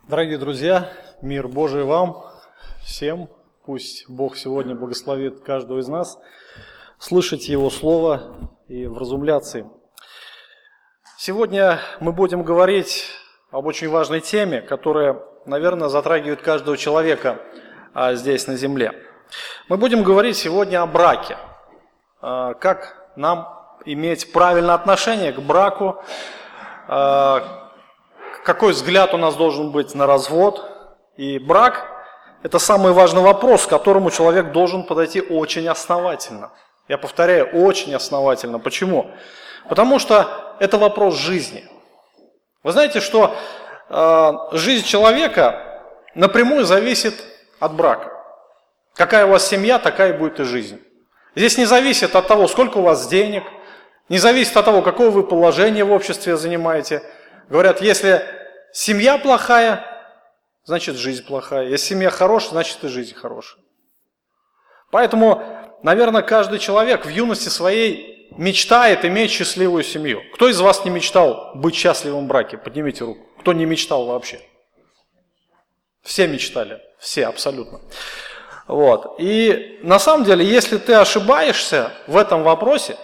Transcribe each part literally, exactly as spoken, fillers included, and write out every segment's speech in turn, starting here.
Дорогие друзья, мир Божий вам всем. Пусть Бог сегодня благословит каждого из нас слышать Его Слово и вразумляться им. Сегодня мы будем говорить об очень важной теме, которая, наверное, затрагивает каждого человека здесь на земле. Мы будем говорить сегодня о браке. Как нам иметь правильное отношение к браку, какой взгляд у нас должен быть на развод. И брак – это самый важный вопрос, к которому человек должен подойти очень основательно. Я повторяю, очень основательно. Почему? Потому что это вопрос жизни. Вы знаете, что э, жизнь человека напрямую зависит от брака. Какая у вас семья, такая и будет и жизнь. Здесь не зависит от того, сколько у вас денег, не зависит от того, какое вы положение в обществе занимаете. Говорят, если семья плохая, значит жизнь плохая. Если семья хорошая, значит и жизнь хорошая. Поэтому, наверное, каждый человек в юности своей мечтает иметь счастливую семью. Кто из вас не мечтал быть счастливым в браке? Поднимите руку. Кто не мечтал вообще? Все мечтали. Все, абсолютно. Вот. И на самом деле, если ты ошибаешься в этом вопросе,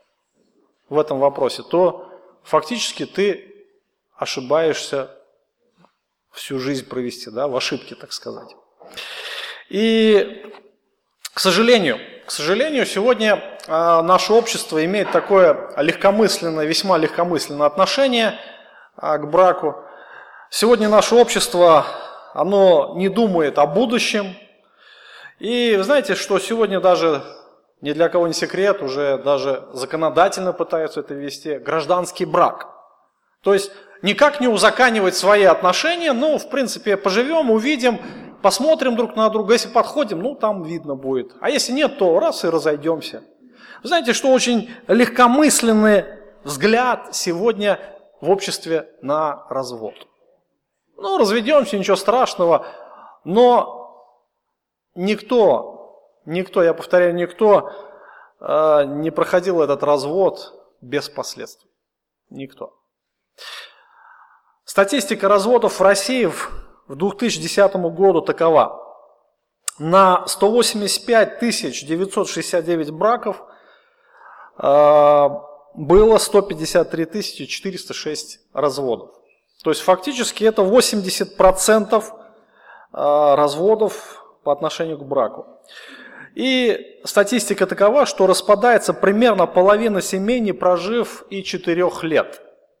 в этом вопросе, то фактически ты ошибаешься всю жизнь провести, да, в ошибке, так сказать. И, к сожалению, к сожалению, сегодня а, наше общество имеет такое легкомысленное, весьма легкомысленное отношение а, к браку. Сегодня наше общество, оно не думает о будущем. И вы знаете, что сегодня даже, ни для кого не секрет, уже даже законодательно пытаются это ввести, гражданский брак. То есть никак не узаканивать свои отношения, ну, в принципе, поживем, увидим, посмотрим друг на друга, если подходим, ну, там видно будет. А если нет, то раз и разойдемся. Вы знаете, что очень легкомысленный взгляд сегодня в обществе на развод. Ну, разведемся, ничего страшного, но никто, никто, я повторяю, никто э, не проходил этот развод без последствий. Никто. Статистика разводов в России в две тысячи десятом году такова. На сто восемьдесят пять тысяч девятьсот шестьдесят девять браков э, было сто пятьдесят три тысячи четыреста шесть разводов. То есть фактически это восемьдесят процентов э, разводов по отношению к браку. И статистика такова, что распадается примерно половина семей, не прожив и четырех лет.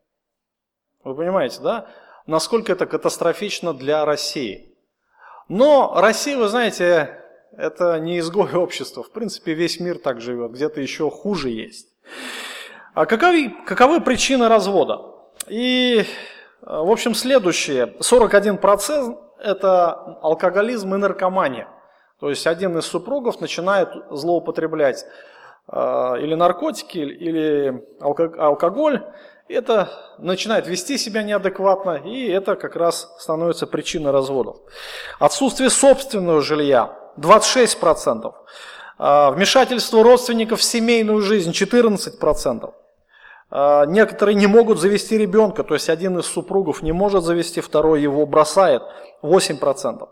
Вы понимаете, да? Насколько это катастрофично для России. Но Россия, вы знаете, это не изгой общества. В принципе, весь мир так живет, где-то еще хуже есть. А каковы, каковы причины развода? И, в общем, следующее. сорок один процент это алкоголизм и наркомания. То есть один из супругов начинает злоупотреблять э, или наркотики, или алкоголь. Это начинает вести себя неадекватно, и это как раз становится причиной разводов. Отсутствие собственного жилья – двадцать шесть процентов. Вмешательство родственников в семейную жизнь – четырнадцать процентов. Некоторые не могут завести ребенка, то есть один из супругов не может завести, второй его бросает – восемь процентов.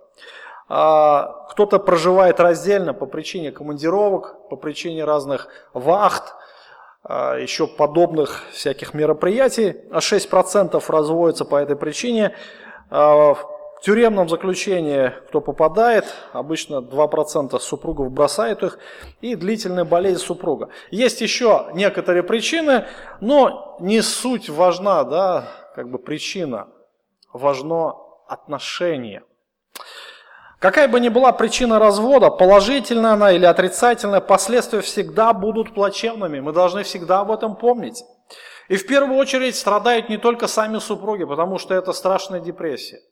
Кто-то проживает раздельно по причине командировок, по причине разных вахт, еще подобных всяких мероприятий, а шесть процентов разводятся по этой причине. В тюремном заключении, кто попадает, обычно два процента супругов бросают их, и длительная болезнь супруга. Есть еще некоторые причины, но не суть важна, да, как бы причина, важно отношение. Какая бы ни была причина развода, положительная она или отрицательная, последствия всегда будут плачевными. Мы должны всегда об этом помнить. И в первую очередь страдают не только сами супруги, потому что это страшная депрессия.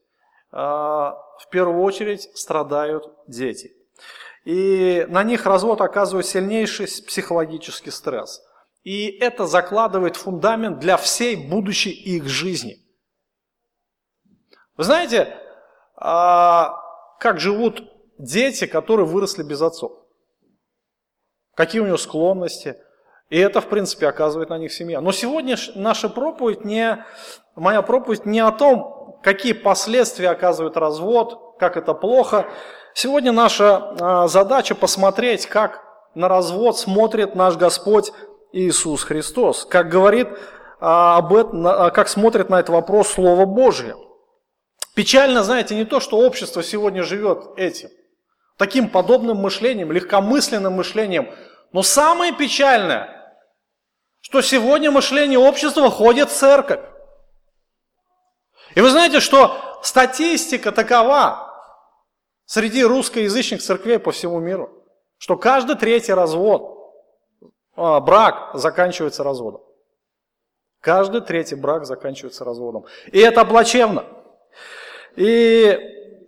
В первую очередь страдают дети. И на них развод оказывает сильнейший психологический стресс. И это закладывает фундамент для всей будущей их жизни. Вы знаете, как живут дети, которые выросли без отцов? Какие у него склонности? И это, в принципе, оказывает на них семья. Но сегодня наша проповедь не, моя проповедь не о том, какие последствия оказывает развод, как это плохо. Сегодня наша задача посмотреть, как на развод смотрит наш Господь Иисус Христос. Как говорит об этом, как смотрит на этот вопрос Слово Божие. Печально, знаете, не то, что общество сегодня живет этим, таким подобным мышлением, легкомысленным мышлением. Но самое печальное, что сегодня мышление общества ходит в церковь. И вы знаете, что статистика такова среди русскоязычных церквей по всему миру, что каждый третий развод, брак заканчивается разводом. Каждый третий брак заканчивается разводом. И это плачевно. И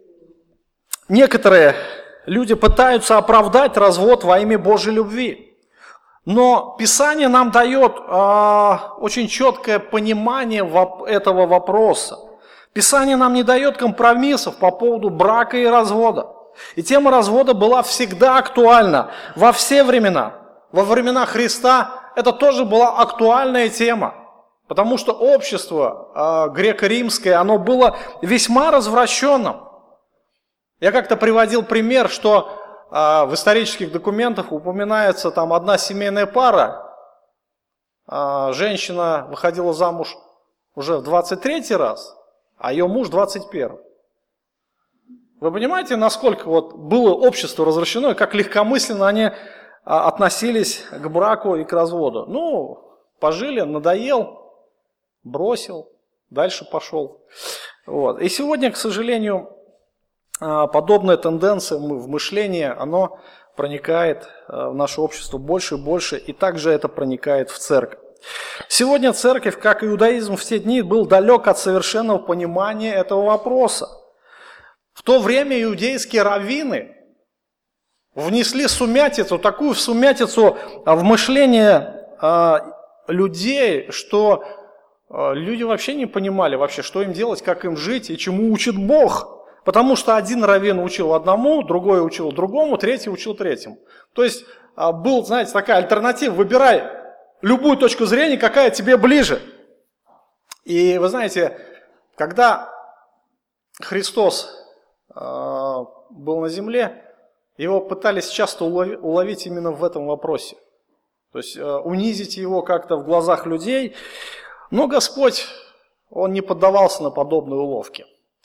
некоторые люди пытаются оправдать развод во имя Божьей любви. Но Писание нам дает э, очень четкое понимание воп- этого вопроса. Писание нам не дает компромиссов по поводу брака и развода. И тема развода была всегда актуальна во все времена. Во времена Христа это тоже была актуальная тема. Потому что общество э, греко-римское, оно было весьма развращенным. Я как-то приводил пример, что в исторических документах упоминается там одна семейная пара, женщина выходила замуж уже в двадцать третий раз, а ее муж в двадцать первый. Вы понимаете, насколько вот было общество развращено, и как легкомысленно они относились к браку и к разводу? Ну, пожили, надоел, бросил, дальше пошел. Вот. И сегодня, к сожалению, подобная тенденция в мышлении, оно проникает в наше общество больше и больше, и также это проникает в церковь. Сегодня церковь, как и иудаизм в те дни, был далек от совершенного понимания этого вопроса. В то время иудейские раввины внесли сумятицу, такую сумятицу в мышление людей, что люди вообще не понимали, вообще, что им делать, как им жить и чему учит Бог. Потому что один раввин учил одному, другой учил другому, третий учил третьему. То есть был, знаете, такая альтернатива, выбирай любую точку зрения, какая тебе ближе. И вы знаете, когда Христос был на земле, его пытались часто уловить именно в этом вопросе. То есть унизить его как-то в глазах людей. Но Господь, Он не поддавался на подобные уловки.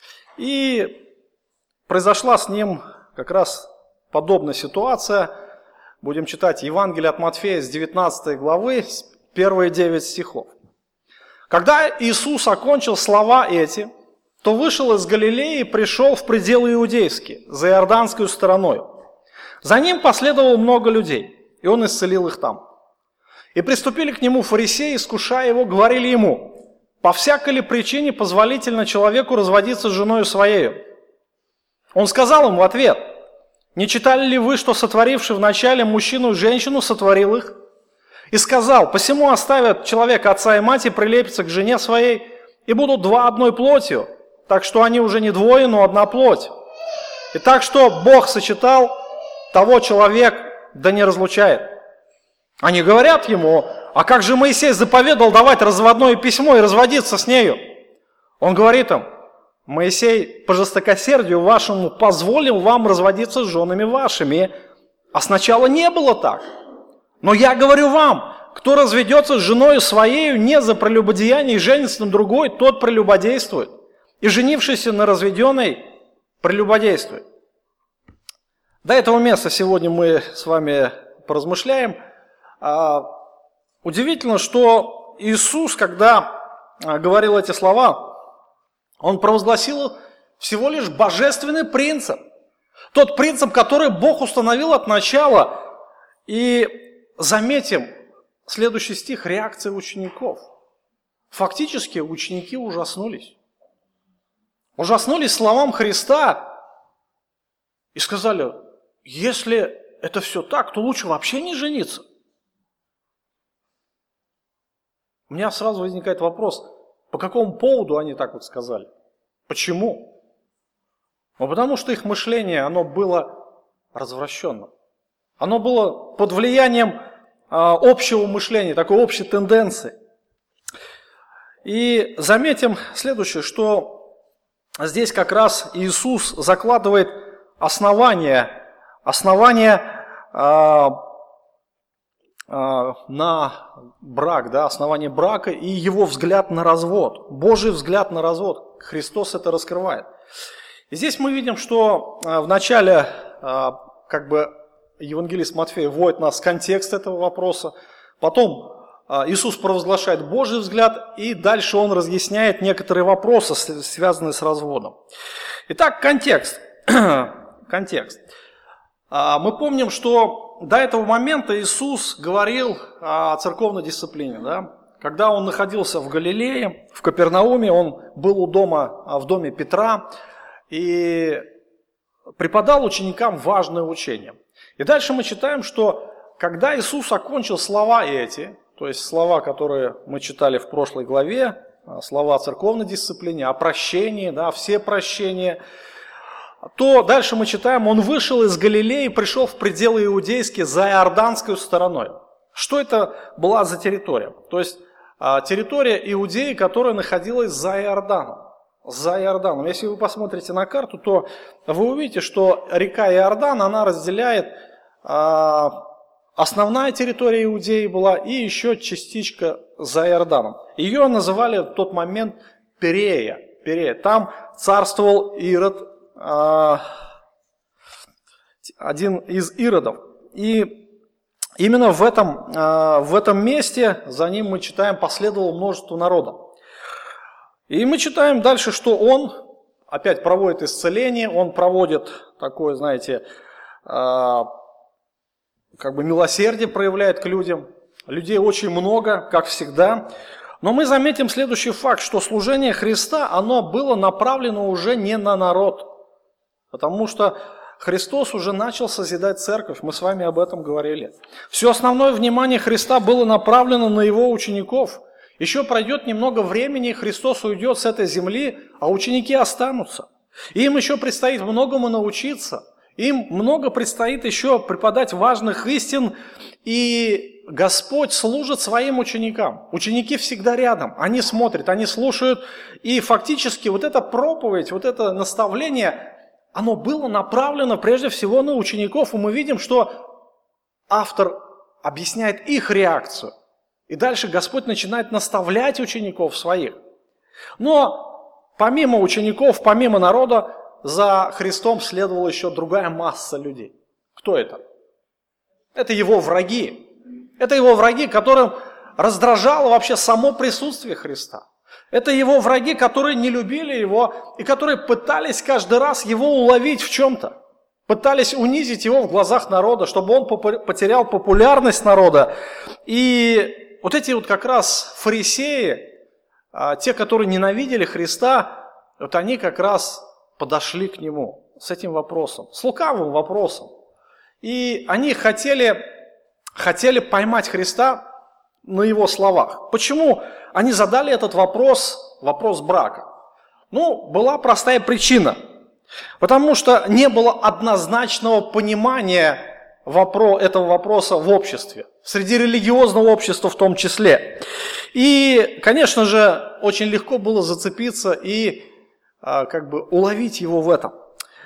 И произошла с ним как раз подобная ситуация. Будем читать Евангелие от Матфея с девятнадцатой главы, первые девять стихов. «Когда Иисус окончил слова эти, то вышел из Галилеи и пришел в пределы иудейские, за Иорданскую стороной. За ним последовало много людей, и он исцелил их там. И приступили к нему фарисеи, искушая его, говорили ему: по всякой ли причине позволительно человеку разводиться с женою своею? Он сказал им в ответ: не читали ли вы, что сотворивший вначале мужчину и женщину сотворил их? И сказал: посему оставят человек отца и мать и прилепятся к жене своей, и будут два одной плотью, так что они уже не двое, но одна плоть. И так что Бог сочетал, того человек да не разлучает. Они говорят ему: а как же Моисей заповедал давать разводное письмо и разводиться с нею? Он говорит им: Моисей по жестокосердию вашему позволил вам разводиться с женами вашими, а сначала не было так. Но я говорю вам, кто разведется с женой своею не за прелюбодеяние и женится на другой, тот прелюбодействует, и женившийся на разведенной прелюбодействует». До этого места сегодня мы с вами поразмышляем. Удивительно, что Иисус, когда говорил эти слова, Он провозгласил всего лишь божественный принцип. Тот принцип, который Бог установил от начала. И заметим, следующий стих, реакция учеников. Фактически ученики ужаснулись. Ужаснулись словам Христа и сказали: если это все так, то лучше вообще не жениться. У меня сразу возникает вопрос: по какому поводу они так вот сказали? Почему? Ну, потому что их мышление, оно было развращенным. Оно было под влиянием общего мышления, такой общей тенденции. И заметим следующее, что здесь как раз Иисус закладывает основание, основание э, э, на брак, да, основание брака и его взгляд на развод, Божий взгляд на развод. Христос это раскрывает. И здесь мы видим, что э, в начале э, как бы евангелист Матфей вводит нас в контекст этого вопроса, потом Иисус провозглашает Божий взгляд, и дальше Он разъясняет некоторые вопросы, связанные с разводом. Итак, контекст. контекст. Мы помним, что до этого момента Иисус говорил о церковной дисциплине. Да? Когда Он находился в Галилее, в Капернауме, Он был у дома, в доме Петра и преподал ученикам важное учение. И дальше мы читаем, что когда Иисус окончил слова эти, то есть слова, которые мы читали в прошлой главе, слова о церковной дисциплине, о прощении, да, все прощения, то дальше мы читаем, он вышел из Галилеи и пришел в пределы иудейские за Иорданской стороной. Что это была за территория? То есть территория Иудеи, которая находилась за Иорданом. За Иорданом. Если вы посмотрите на карту, то вы увидите, что река Иордан, она разделяет... Основная территория Иудеи была и еще частичка за Иорданом. Ее называли в тот момент Перея. Перея. Там царствовал Ирод, один из Иродов. И именно в этом, в этом месте за ним, мы читаем, последовало множество народа. И мы читаем дальше, что он опять проводит исцеление, он проводит такое, знаете, как бы милосердие проявляет к людям. Людей очень много, как всегда. Но мы заметим следующий факт, что служение Христа, оно было направлено уже не на народ. Потому что Христос уже начал созидать церковь, мы с вами об этом говорили. Все основное внимание Христа было направлено на Его учеников. Еще пройдет немного времени, Христос уйдет с этой земли, а ученики останутся. И им еще предстоит многому научиться. Им много предстоит еще преподать важных истин, и Господь служит своим ученикам. Ученики всегда рядом, они смотрят, они слушают, и фактически вот эта проповедь, вот это наставление, оно было направлено прежде всего на учеников, и мы видим, что автор объясняет их реакцию. И дальше Господь начинает наставлять учеников своих. Но помимо учеников, помимо народа, за Христом следовала еще другая масса людей. Кто это? Это Его враги. Это Его враги, которым раздражало вообще само присутствие Христа. Это Его враги, которые не любили Его и которые пытались каждый раз Его уловить в чем-то. Пытались унизить Его в глазах народа, чтобы Он потерял популярность народа. И вот эти вот как раз фарисеи, те, которые ненавидели Христа, вот они как раз подошли к Нему с этим вопросом, с лукавым вопросом. И они хотели, хотели поймать Христа на Его словах. Почему они задали этот вопрос, вопрос брака? Ну, была простая причина. Потому что не было однозначного понимания вопро- этого вопроса в обществе, среди религиозного общества в том числе. И, конечно же, очень легко было зацепиться и как бы уловить его в этом.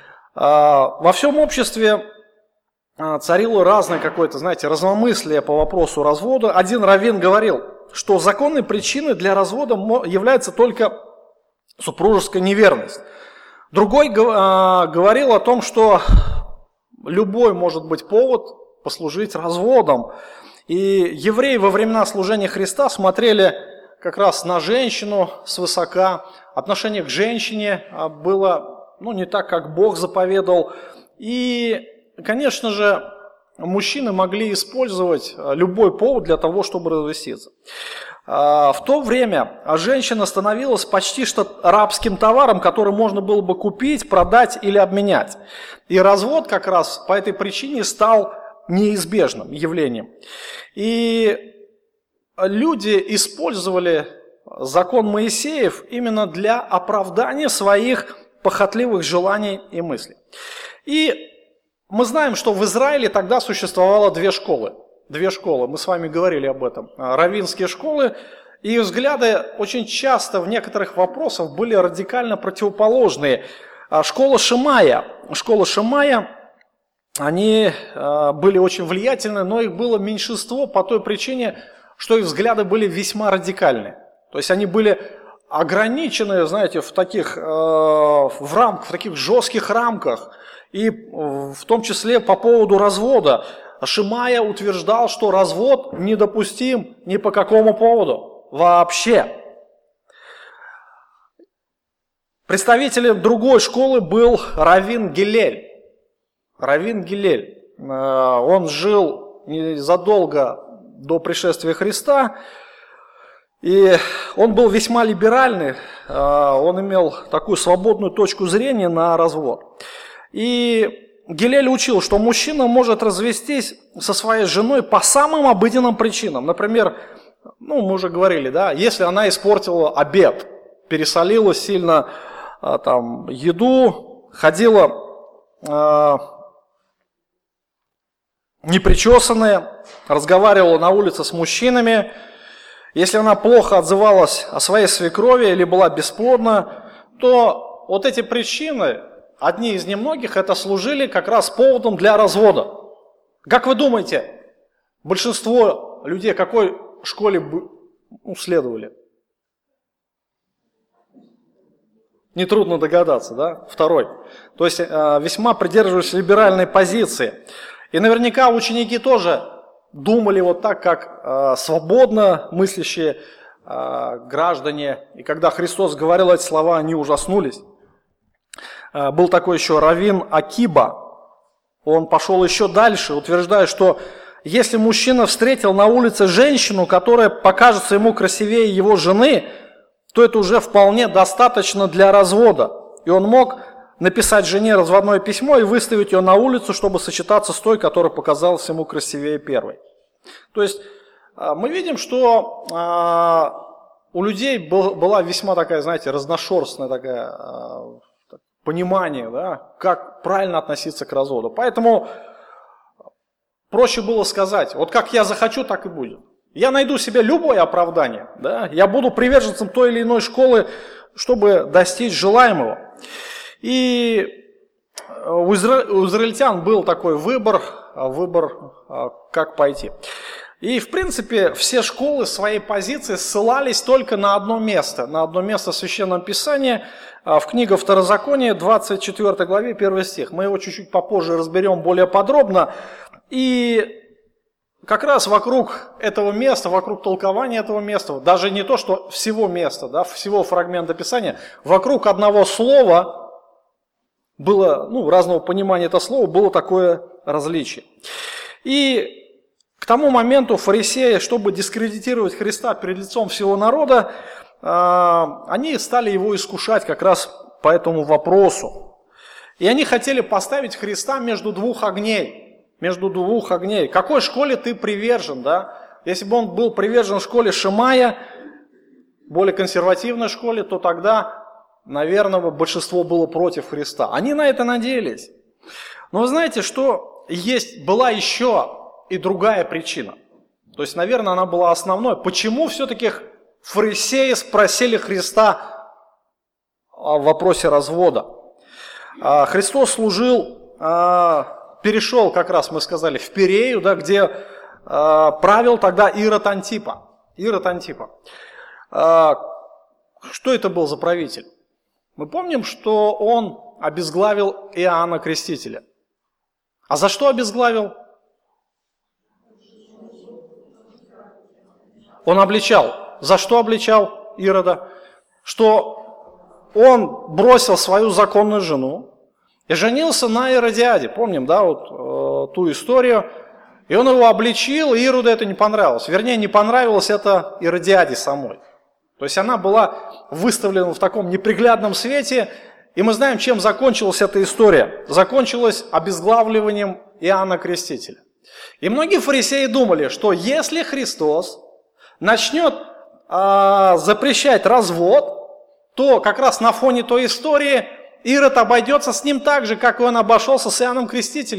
Во всем обществе царило разное какое-то, знаете, разномыслие по вопросу развода. Один раввин говорил, что законной причиной для развода является только супружеская неверность. Другой говорил о том, что любой может быть повод послужить разводом. И евреи во времена служения Христа смотрели как раз на женщину свысока. Отношение к женщине было, ну, не так, как Бог заповедовал. И, конечно же, мужчины могли использовать любой повод для того, чтобы развестись. В то время женщина становилась почти что рабским товаром, который можно было бы купить, продать или обменять. И развод как раз по этой причине стал неизбежным явлением. И люди использовали закон Моисеев именно для оправдания своих похотливых желаний и мыслей. И мы знаем, что в Израиле тогда существовало две школы. две школы, мы с вами говорили об этом, раввинские школы, и взгляды очень часто в некоторых вопросах были радикально противоположные. Школа Шемая, школа Шемая, они были очень влиятельны, но их было меньшинство по той причине, что их взгляды были весьма радикальны. То есть они были ограничены, знаете, в таких, в рамках, в таких жестких рамках, и в том числе по поводу развода. Шемая утверждал, что развод недопустим ни по какому поводу вообще. Представителем другой школы был раввин Гилель. Раввин Гилель. Он жил незадолго до пришествия Христа, и он был весьма либеральный, он имел такую свободную точку зрения на развод. И Гилель учил, что мужчина может развестись со своей женой по самым обыденным причинам. Например, ну, мы уже говорили, да, если она испортила обед, пересолила сильно там, еду, ходила э, непричесанная, разговаривала на улице с мужчинами, если она плохо отзывалась о своей свекрови или была бесплодна, то вот эти причины, одни из немногих, это служили как раз поводом для развода. Как вы думаете, большинство людей какой школе ну, следовали? Нетрудно догадаться, да? Второй. То есть весьма придерживались либеральной позиции. И наверняка ученики тоже думали вот так, как свободно мыслящие граждане. И когда Христос говорил эти слова, они ужаснулись. Был такой еще раввин Акиба. Он пошел еще дальше, утверждая, что если мужчина встретил на улице женщину, которая покажется ему красивее его жены, то это уже вполне достаточно для развода. И он мог написать жене разводное письмо и выставить ее на улицу, чтобы сочетаться с той, которая показалась ему красивее первой. То есть мы видим, что у людей была весьма такая, знаете, разношерстная такая понимание, да, как правильно относиться к разводу. Поэтому проще было сказать, вот как я захочу, так и будет. Я найду себе любое оправдание, да, я буду приверженцем той или иной школы, чтобы достичь желаемого. И у израильтян был такой выбор, выбор, как пойти. И, в принципе, все школы своей позиции ссылались только на одно место, на одно место в Священном Писании, в книге Второзакония, двадцать четвёртой главе, первый стих. Мы его чуть-чуть попозже разберем более подробно. И как раз вокруг этого места, вокруг толкования этого места, даже не то, что всего места, да, всего фрагмента Писания, вокруг одного слова было, ну, разного понимания этого слова, было такое различие. И к тому моменту фарисеи, чтобы дискредитировать Христа перед лицом всего народа, они стали его искушать как раз по этому вопросу. И они хотели поставить Христа между двух огней. Между двух огней. Какой школе ты привержен, да? Если бы он был привержен школе Шемая, более консервативной школе, то тогда, наверное, большинство было против Христа. Они на это надеялись. Но вы знаете, что есть, была еще и другая причина. То есть, наверное, она была основной. Почему все-таки фарисеи спросили Христа о вопросе развода? Христос служил... перешел, как раз мы сказали, в Пирею, да, где э, правил тогда Ирод Антипа. Ирод Антипа. Э, что это был за правитель? Мы помним, что он обезглавил Иоанна Крестителя. А за что обезглавил? Он обличал. За что обличал Ирода? Что он бросил свою законную жену и женился на Иродиаде. Помним, да, вот э, ту историю. И он его обличил, и Ироду это не понравилось. Вернее, не понравилось это Иродиаде самой. То есть она была выставлена в таком неприглядном свете. И мы знаем, чем закончилась эта история. Закончилась обезглавливанием Иоанна Крестителя. И многие фарисеи думали, что если Христос начнет э, запрещать развод, то как раз на фоне той истории Ирод обойдется с ним так же, как и он обошелся с Иоанном Крестителем.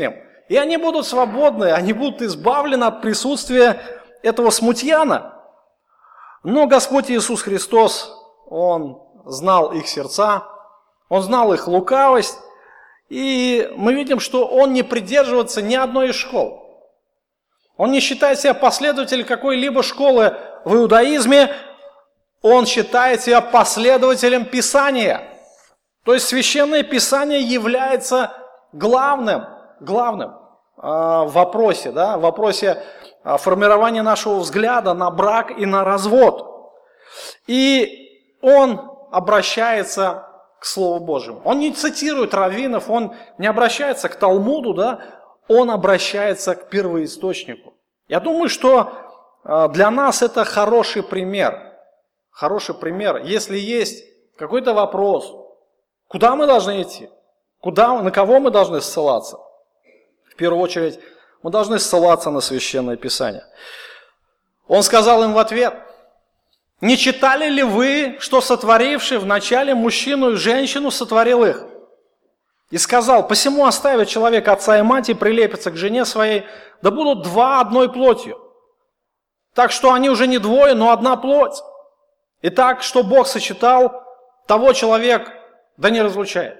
И они будут свободны, они будут избавлены от присутствия этого смутьяна. Но Господь Иисус Христос, Он знал их сердца, Он знал их лукавость, и мы видим, что Он не придерживается ни одной из школ. Он не считает себя последователем какой-либо школы в иудаизме, он считает себя последователем Писания. То есть Священное Писание является главным, главным в вопросе, да, в вопросе формирования нашего взгляда на брак и на развод. И он обращается к Слову Божьему. Он не цитирует раввинов, он не обращается к Талмуду, да, он обращается к первоисточнику. Я думаю, что для нас это хороший пример. Хороший пример. Если есть какой-то вопрос, куда мы должны идти? Куда, на кого мы должны ссылаться? В первую очередь, мы должны ссылаться на Священное Писание. Он сказал им в ответ: «Не читали ли вы, что сотворивший вначале мужчину и женщину сотворил их? И сказал: посему оставит человек отца и мать и прилепится к жене своей, да будут два одной плотью. Так что они уже не двое, но одна плоть. И так, что Бог сочетал, того человек да не разлучает».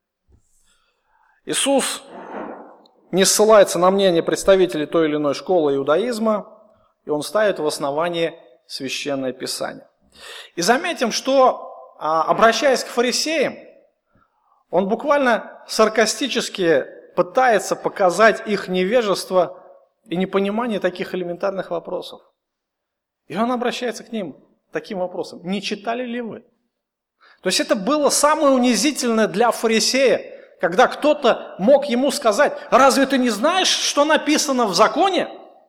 Иисус не ссылается на мнение представителей той или иной школы иудаизма, и Он ставит в основании Священное Писание. И заметим, что, обращаясь к фарисеям, Он буквально саркастически пытается показать их невежество и непонимание таких элементарных вопросов. И Он обращается к ним таким вопросом: не читали ли вы? То есть это было самое унизительное для фарисея, когда кто-то мог ему сказать: разве ты не знаешь, что написано в законе?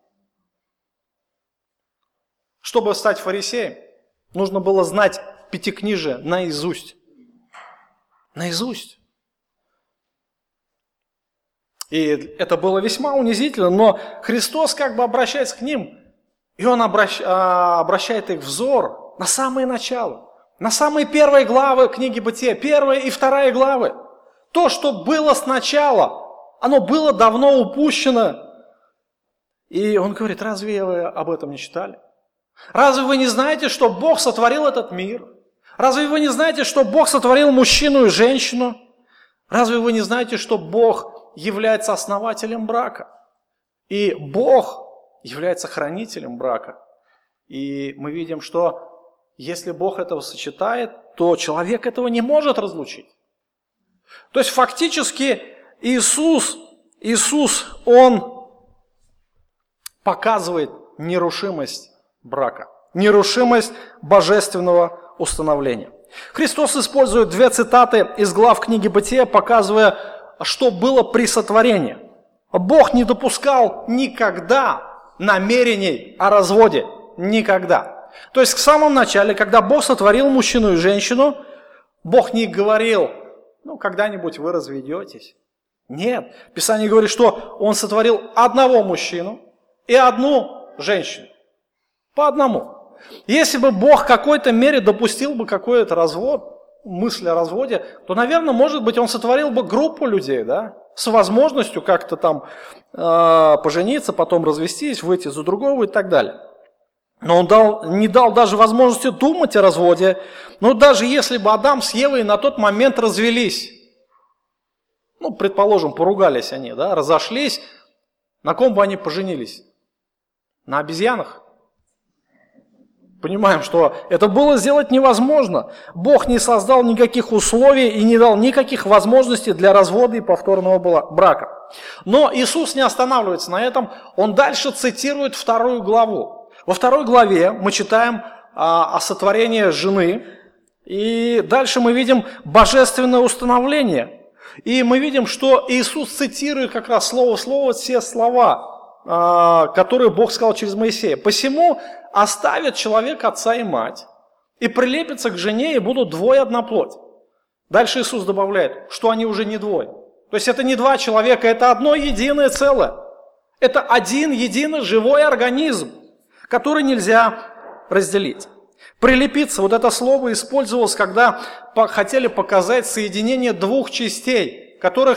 Чтобы стать фарисеем, нужно было знать Пятикнижие наизусть. Наизусть. И это было весьма унизительно, но Христос как бы обращается к ним, и Он обращ, обращает их взор на самое начало, на самые первые главы книги Бытия, первая и вторая главы. То, что было сначала, оно было давно упущено. И Он говорит: разве вы об этом не читали? Разве вы не знаете, что Бог сотворил этот мир? Разве вы не знаете, что Бог сотворил мужчину и женщину? Разве вы не знаете, что Бог является основателем брака? И Бог является хранителем брака. И мы видим, что если Бог этого сочетает, то человек этого не может разлучить. То есть фактически Иисус, Иисус, Он показывает нерушимость брака, нерушимость божественного установления. Христос использует две цитаты из глав книги Бытия, показывая, что было при сотворении. Бог не допускал никогда намерений о разводе. Никогда. То есть в самом начале, когда Бог сотворил мужчину и женщину, Бог не говорил: ну, когда-нибудь вы разведетесь. Нет. Писание говорит, что Он сотворил одного мужчину и одну женщину. По одному. Если бы Бог в какой-то мере допустил бы какой-то развод, мысль о разводе, то, наверное, может быть, Он сотворил бы группу людей, да, с возможностью как-то там э, пожениться, потом развестись, выйти за другого и так далее. Но Он дал, не дал даже возможности думать о разводе. Но даже если бы Адам с Евой на тот момент развелись, ну, предположим, поругались они, да, разошлись, на ком бы они поженились? На обезьянах? Понимаем, что это было сделать невозможно. Бог не создал никаких условий и не дал никаких возможностей для развода и повторного брака. Но Иисус не останавливается на этом, Он дальше цитирует вторую главу. Во второй главе мы читаем о сотворении жены, и дальше мы видим божественное установление. И мы видим, что Иисус цитирует как раз слово в слово все слова, которые Бог сказал через Моисея. «Посему оставит человек отца и мать, и прилепится к жене, и будут двое одна плоть». Дальше Иисус добавляет, что они уже не двое. То есть это не два человека, это одно единое целое. Это один единый живой организм, который нельзя разделить. Прилепиться, вот это слово использовалось, когда хотели показать соединение двух частей, которых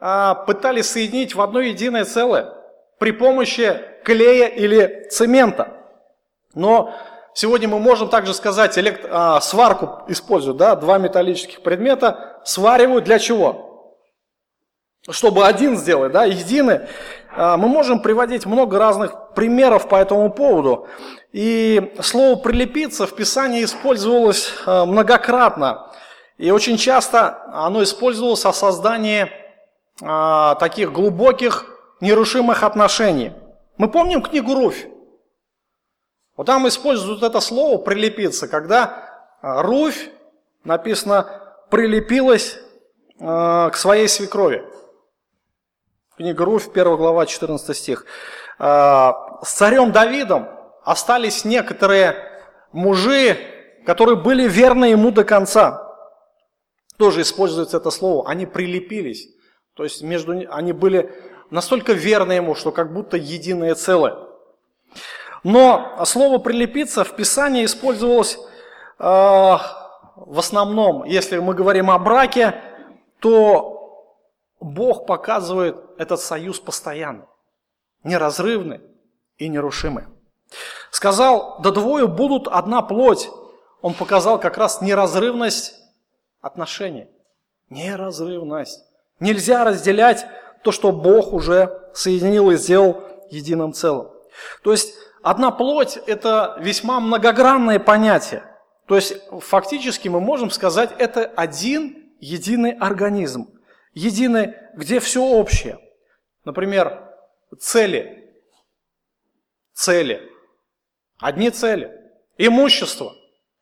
а, пытались соединить в одно единое целое при помощи клея или цемента. Но сегодня мы можем также сказать, элект... а, сварку используют, да, два металлических предмета, сваривают для чего? Чтобы один сделать, да, единый. А, мы можем приводить много разных примеров по этому поводу. И слово «прилепиться» в Писании использовалось а, многократно. И очень часто оно использовалось о создании а, таких глубоких, нерушимых отношений. Мы помним книгу «Руфь». Вот там используют это слово «прилепиться», когда Руфь, написано, прилепилась э, к своей свекрови. Книга Руфь, первая глава, четырнадцатый стих. Э, с царем Давидом остались некоторые мужи, которые были верны ему до конца. Тоже используется это слово. Они прилепились. То есть между, они были настолько верны ему, что как будто единое целое. Но слово «прилепиться» в Писании использовалось э, в основном, если мы говорим о браке, то Бог показывает этот союз постоянно, неразрывный и нерушимый. Сказал, да двое будут одна плоть. Он показал как раз неразрывность отношений. Неразрывность. Нельзя разделять то, что Бог уже соединил и сделал единым целым. То есть одна плоть – это весьма многогранное понятие. То есть фактически мы можем сказать, это один единый организм. Единый, где все общее. Например, цели. Цели. Одни цели. Имущество.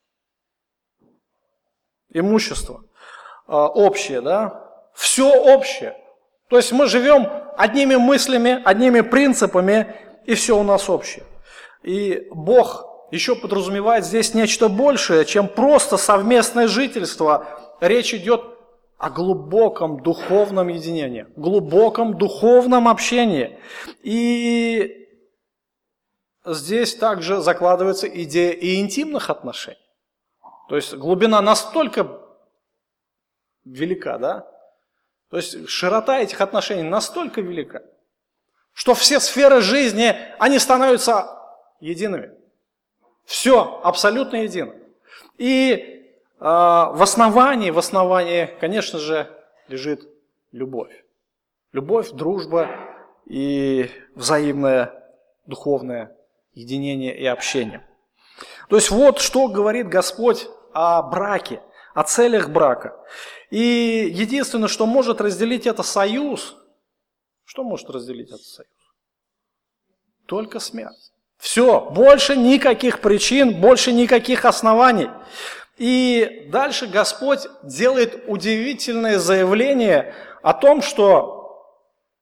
Имущество. Э, общее, да? Все общее. То есть мы живем одними мыслями, одними принципами, и все у нас общее. И Бог еще подразумевает здесь нечто большее, чем просто совместное жительство. Речь идет о глубоком духовном единении, глубоком духовном общении. И здесь также закладывается идея и интимных отношений. То есть глубина настолько велика, да? То есть широта этих отношений настолько велика, что все сферы жизни, они становятся едиными. Все абсолютно едино. И э, в основании, в основании, конечно же, лежит любовь. Любовь, дружба и взаимное духовное единение и общение. То есть вот что говорит Господь о браке, о целях брака. И единственное, что может разделить это союз, что может разделить этот союз? Только смерть. Все, больше никаких причин, больше никаких оснований. И дальше Господь делает удивительное заявление о том, что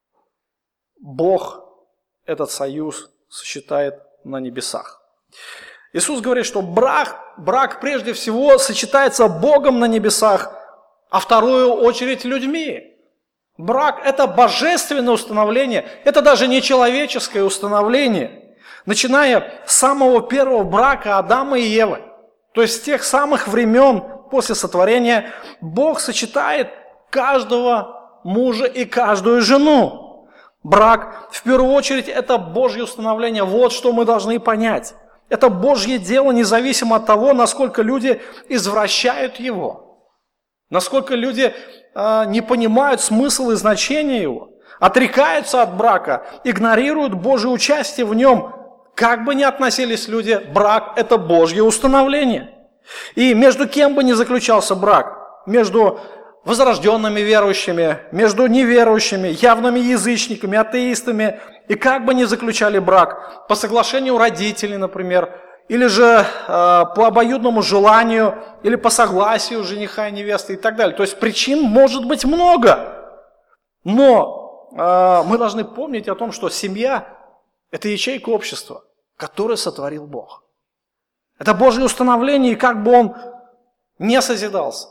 Бог этот союз сочетает на небесах. Иисус говорит, что брак, брак прежде всего сочетается Богом на небесах, а в вторую очередь людьми. Брак – это божественное установление, это даже не человеческое установление. Начиная с самого первого брака Адама и Евы, то есть с тех самых времен после сотворения, Бог сочетает каждого мужа и каждую жену. Брак, в первую очередь, это Божье установление. Вот что мы должны понять. Это Божье дело, независимо от того, насколько люди извращают его, насколько люди э, не понимают смысл и значение его, отрекаются от брака, игнорируют Божье участие в нем. Как бы ни относились люди, брак – это Божье установление. И между кем бы ни заключался брак, между возрожденными верующими, между неверующими, явными язычниками, атеистами, и как бы ни заключали брак, по соглашению родителей, например, или же э, по обоюдному желанию, или по согласию жениха и невесты и так далее. То есть причин может быть много, но э, мы должны помнить о том, что семья – это ячейка общества, которое сотворил Бог. Это Божье установление, и как бы он не созидался.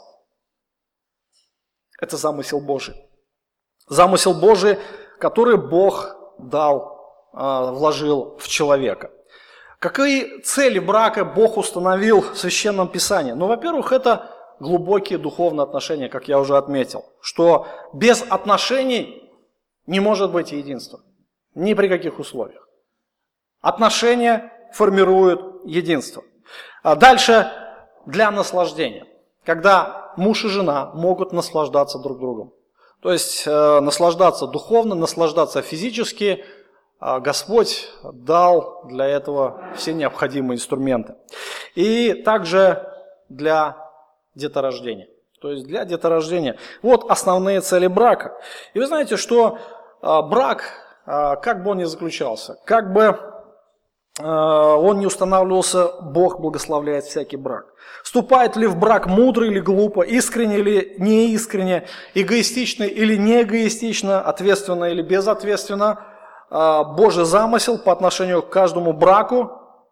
Это замысел Божий. Замысел Божий, который Бог дал, вложил в человека. Какие цели брака Бог установил в Священном Писании? Ну, во-первых, это глубокие духовные отношения, как я уже отметил. Что без отношений не может быть единства. Ни при каких условиях. Отношения формируют единство. А дальше для наслаждения. Когда муж и жена могут наслаждаться друг другом. То есть э, наслаждаться духовно, наслаждаться физически. Э, Господь дал для этого все необходимые инструменты. И также для деторождения. То есть для деторождения. Вот основные цели брака. И вы знаете, что э, брак, э, как бы он ни заключался, как бы э, он не устанавливался, Бог благословляет всякий брак. Вступает ли в брак мудро или глупо, искренне или неискренне, эгоистично или неэгоистично, ответственно или безответственно, э, Божий замысел по отношению к каждому браку,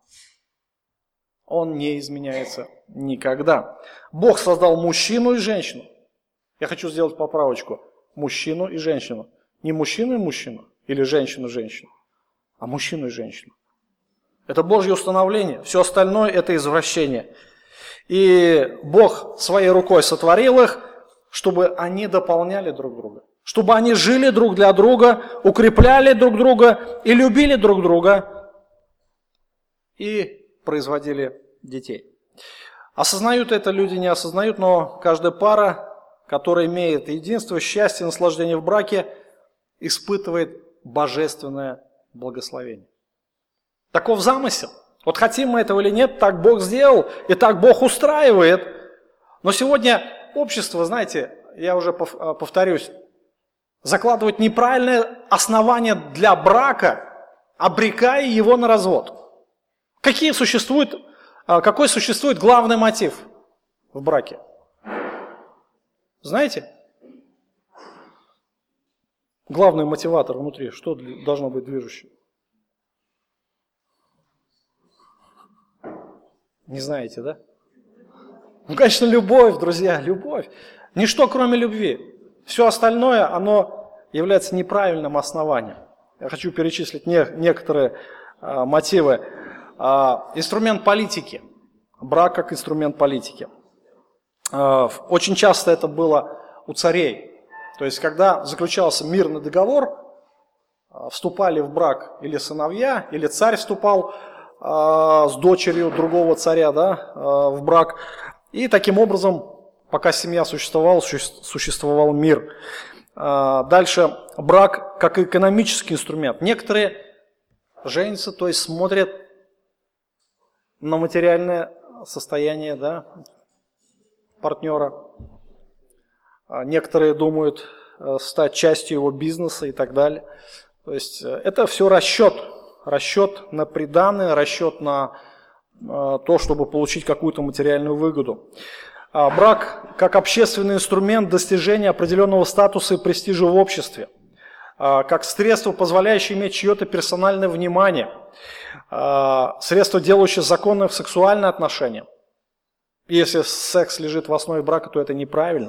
он не изменяется никогда. Бог создал мужчину и женщину. Я хочу сделать поправочку. Мужчину и женщину. Не мужчину и мужчину, или женщину и женщину, а мужчину и женщину. Это Божье установление. Все остальное это извращение. И Бог своей рукой сотворил их, чтобы они дополняли друг друга. Чтобы они жили друг для друга, укрепляли друг друга и любили друг друга. И производили детей. Осознают это люди, не осознают, но каждая пара, которая имеет единство, счастье, наслаждение в браке, испытывает божественное благословение. Таков замысел. Вот хотим мы этого или нет, так Бог сделал, и так Бог устраивает. Но сегодня общество, знаете, я уже повторюсь, закладывает неправильное основание для брака, обрекая его на развод. Какие существуют, какой существует главный мотив в браке? Знаете? Главный мотиватор внутри, что должно быть движущим? Не знаете, да? Ну, конечно, любовь, друзья, любовь. Ничто, кроме любви. Все остальное, оно является неправильным основанием. Я хочу перечислить не, некоторые а, мотивы. А, инструмент политики. Брак как инструмент политики. А, очень часто это было у царей. То есть, когда заключался мирный договор, а, вступали в брак или сыновья, или царь вступал а, с дочерью другого царя, да, а, в брак. И таким образом, пока семья существовала, существовал мир. А, дальше, брак как экономический инструмент. Некоторые женятся, то есть смотрят на материальное состояние, да, партнера. А некоторые думают стать частью его бизнеса и так далее. То есть это все расчет. Расчет на приданое, расчет на то, чтобы получить какую-то материальную выгоду. А брак как общественный инструмент достижения определенного статуса и престижа в обществе. А как средство, позволяющее иметь чье-то персональное внимание. А средство, делающее законные сексуальные отношения. Если секс лежит в основе брака, то это неправильно.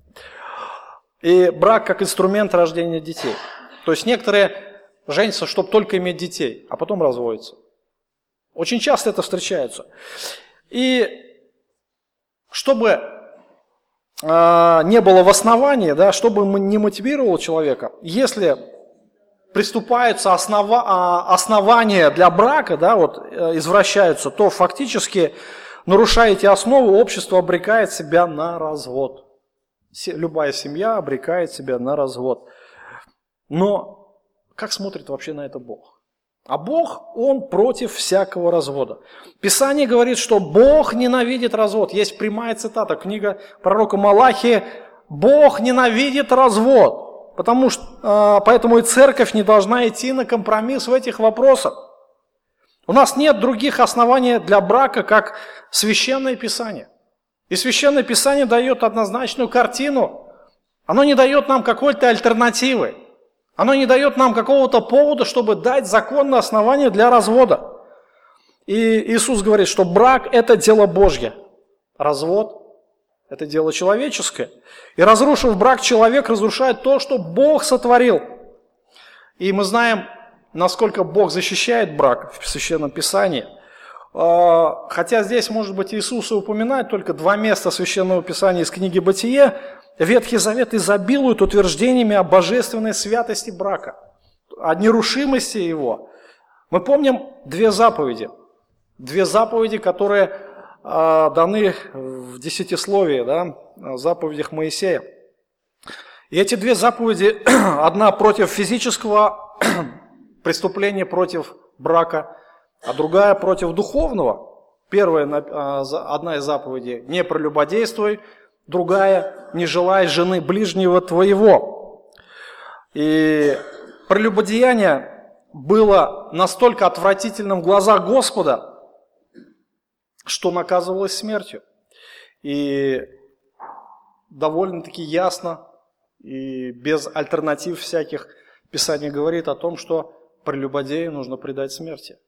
И брак как инструмент рождения детей. То есть некоторые женятся, чтобы только иметь детей, а потом разводятся. Очень часто это встречается. И чтобы э, не было в основании, да, чтобы не мотивировало человека, если приступаются основа, основания для брака, да, вот, э, извращаются, то фактически, нарушая эти основы, общество обрекает себя на развод. Любая семья обрекает себя на развод. Но как смотрит вообще на это Бог? А Бог, Он против всякого развода. Писание говорит, что Бог ненавидит развод. Есть прямая цитата, книга пророка Малахии. Бог ненавидит развод. Потому что, поэтому и церковь не должна идти на компромисс в этих вопросах. У нас нет других оснований для брака, как Священное Писание. И Священное Писание дает однозначную картину. Оно не дает нам какой-то альтернативы. Оно не дает нам какого-то повода, чтобы дать законное основание для развода. И Иисус говорит, что брак – это дело Божье. Развод – это дело человеческое. И разрушив брак, человек разрушает то, что Бог сотворил. И мы знаем, насколько Бог защищает брак в Священном Писании. хотя здесь, может быть, Иисус и упоминает только два места Священного Писания из книги «Бытие», Ветхий Завет изобилует утверждениями о божественной святости брака, о нерушимости его. Мы помним две заповеди. Две заповеди, которые э, даны в десятисловии, да, в заповедях Моисея. И эти две заповеди, одна против физического преступления, против брака, а другая против духовного. Первая, одна из заповедей – не прелюбодействуй, другая – не желай жены ближнего твоего. И прелюбодеяние было настолько отвратительным в глазах Господа, что наказывалось смертью. И довольно-таки ясно и без альтернатив всяких Писание говорит о том, что прелюбодею нужно предать смерти.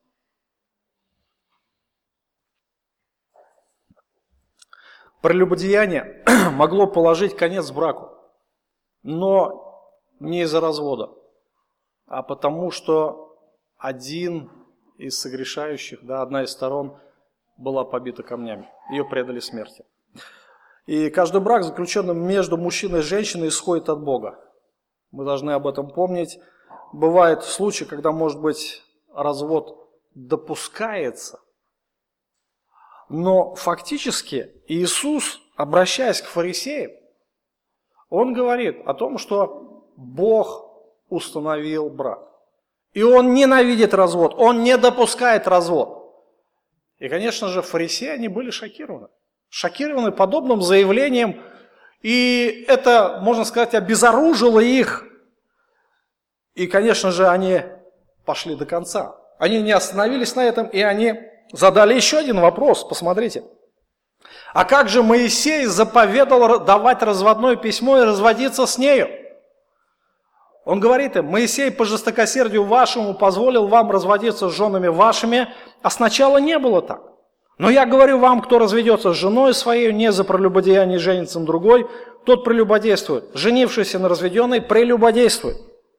Прелюбодеяние могло положить конец браку, но не из-за развода, а потому что один из согрешающих, да, одна из сторон была побита камнями, ее предали смерти. И каждый брак, заключенный между мужчиной и женщиной, исходит от Бога. Мы должны об этом помнить. Бывают случаи, когда, может быть, развод допускается, но фактически Иисус, обращаясь к фарисеям, Он говорит о том, что Бог установил брак. И Он ненавидит развод, Он не допускает развод. И, конечно же, фарисеи, они были шокированы. Шокированы подобным заявлением, и это, можно сказать, обезоружило их. И, конечно же, они пошли до конца. Они не остановились на этом, и они задали еще один вопрос, посмотрите. А как же Моисей заповедал давать разводное письмо и разводиться с нею? Он говорит им: Моисей по жестокосердию вашему позволил вам разводиться с женами вашими, а сначала не было так. Но я говорю вам, кто разведется с женой своей, не за прелюбодеяние женится на другой, тот прелюбодействует. Женившийся на разведенной прелюбодействует.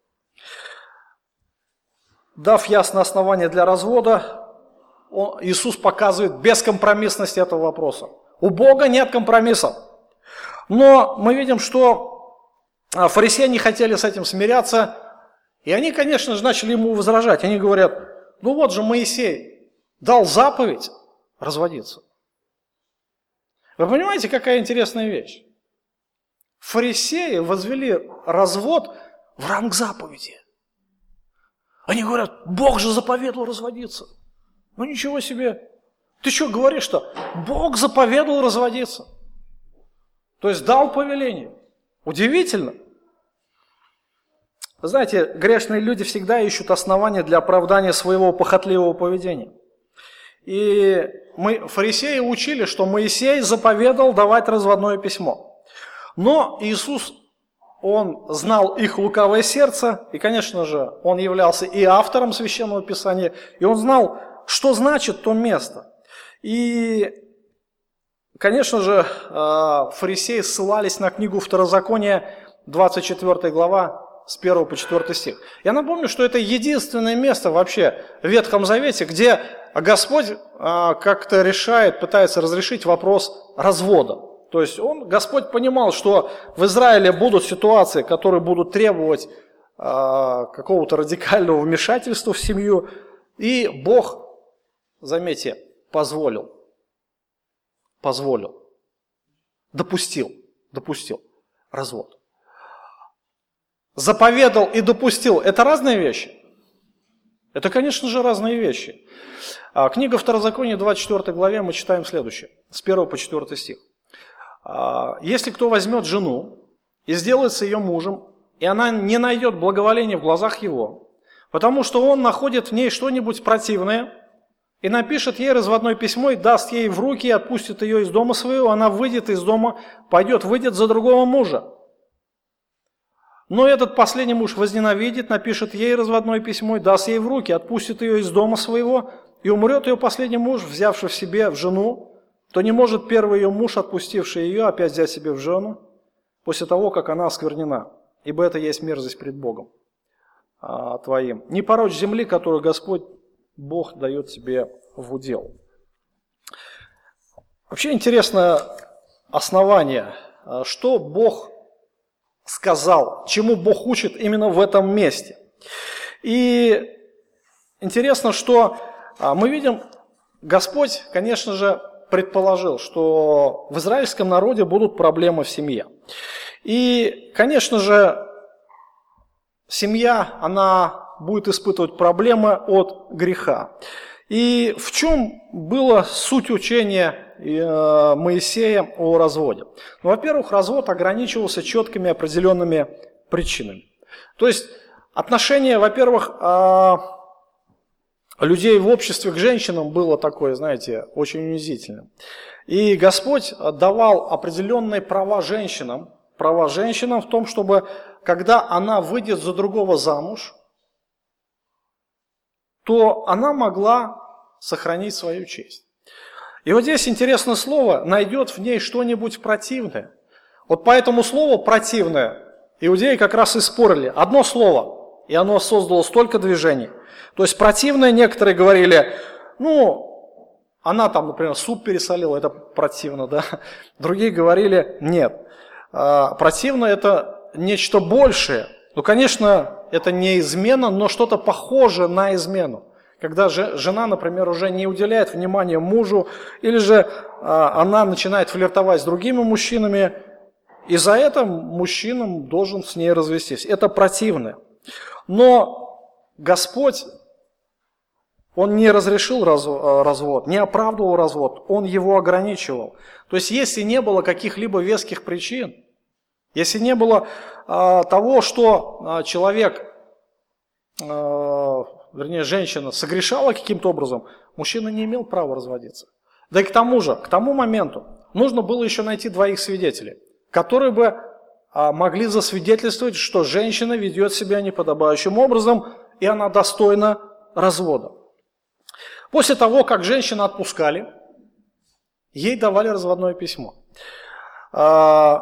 Дав ясное основание для развода, он, Иисус показывает бескомпромиссность этого вопроса. У Бога нет компромиссов. Но мы видим, что фарисеи не хотели с этим смиряться, и они, конечно же, начали ему возражать. Они говорят: ну вот же Моисей дал заповедь разводиться. Вы понимаете, какая интересная вещь? Фарисеи возвели развод в ранг заповеди. Они говорят: Бог же заповедовал разводиться. Ну ничего себе. Ты что говоришь-то? Бог заповедовал разводиться. То есть дал повеление. Удивительно. Вы знаете, грешные люди всегда ищут основания для оправдания своего похотливого поведения. И мы, фарисеи, учили, что Моисей заповедовал давать разводное письмо. Но Иисус, Он знал их лукавое сердце, и, конечно же, Он являлся и автором Священного Писания, и Он знал, что значит то место. И, конечно же, фарисеи ссылались на книгу Второзакония, двадцать четвёртая глава, с первого по четвёртый стих. Я напомню, что это единственное место вообще в Ветхом Завете, где Господь как-то решает, пытается разрешить вопрос развода. То есть он, Господь понимал, что в Израиле будут ситуации, которые будут требовать какого-то радикального вмешательства в семью, и Бог, заметьте, позволил, позволил, допустил, допустил развод. Заповедал и допустил – это разные вещи? Это, конечно же, разные вещи. Книга Второзакония, двадцать четвёртой главе, мы читаем следующее, с первого по четвёртый стих. «Если кто возьмет жену и сделается ее мужем, и она не найдет благоволения в глазах его, потому что он находит в ней что-нибудь противное, и напишет ей разводное письмо, и даст ей в руки, и отпустит ее из дома своего, она выйдет из дома, пойдет, выйдет за другого мужа. Но этот последний муж возненавидит, напишет ей разводное письмо, и даст ей в руки, отпустит ее из дома своего, и умрет ее последний муж, взявший в себе в жену, то не может первый ее муж, отпустивший ее, опять взять себе в жену, после того, как она осквернена, ибо это есть мерзость пред Богом а, твоим. Не порочь земли, которую Господь Бог дает тебе в удел». Вообще интересное основание, что Бог сказал, чему Бог учит именно в этом месте. И интересно, что мы видим, Господь, конечно же, предположил, что в израильском народе будут проблемы в семье. И, конечно же, семья, она будет испытывать проблемы от греха. И в чем была суть учения Моисея о разводе? Ну, во-первых, развод ограничивался четкими определенными причинами. То есть отношение, во-первых, людей в обществе к женщинам было такое, знаете, очень унизительным. И Господь давал определенные права женщинам, права женщинам в том, чтобы, когда она выйдет за другого замуж, то она могла сохранить свою честь. И вот здесь интересное слово, найдет в ней что-нибудь противное. Вот по этому слову противное иудеи как раз и спорили. Одно слово, и оно создало столько движений. То есть противное некоторые говорили, ну, она там, например, суп пересолила, это противно, да. Другие говорили, нет, противно это нечто большее. Ну, конечно, это не измена, но что-то похожее на измену. Когда же жена, например, уже не уделяет внимания мужу, или же а, она начинает флиртовать с другими мужчинами, и за это мужчина должен с ней развестись. Это противно. Но Господь, Он не разрешил раз, развод, не оправдывал развод, Он его ограничивал. То есть, если не было каких-либо веских причин, если не было а, того, что а, человек, а, вернее, женщина согрешала каким-то образом, мужчина не имел права разводиться. Да и к тому же, к тому моменту, нужно было еще найти двоих свидетелей, которые бы а, могли засвидетельствовать, что женщина ведет себя неподобающим образом, и она достойна развода. После того, как женщину отпускали, ей давали разводное письмо. А,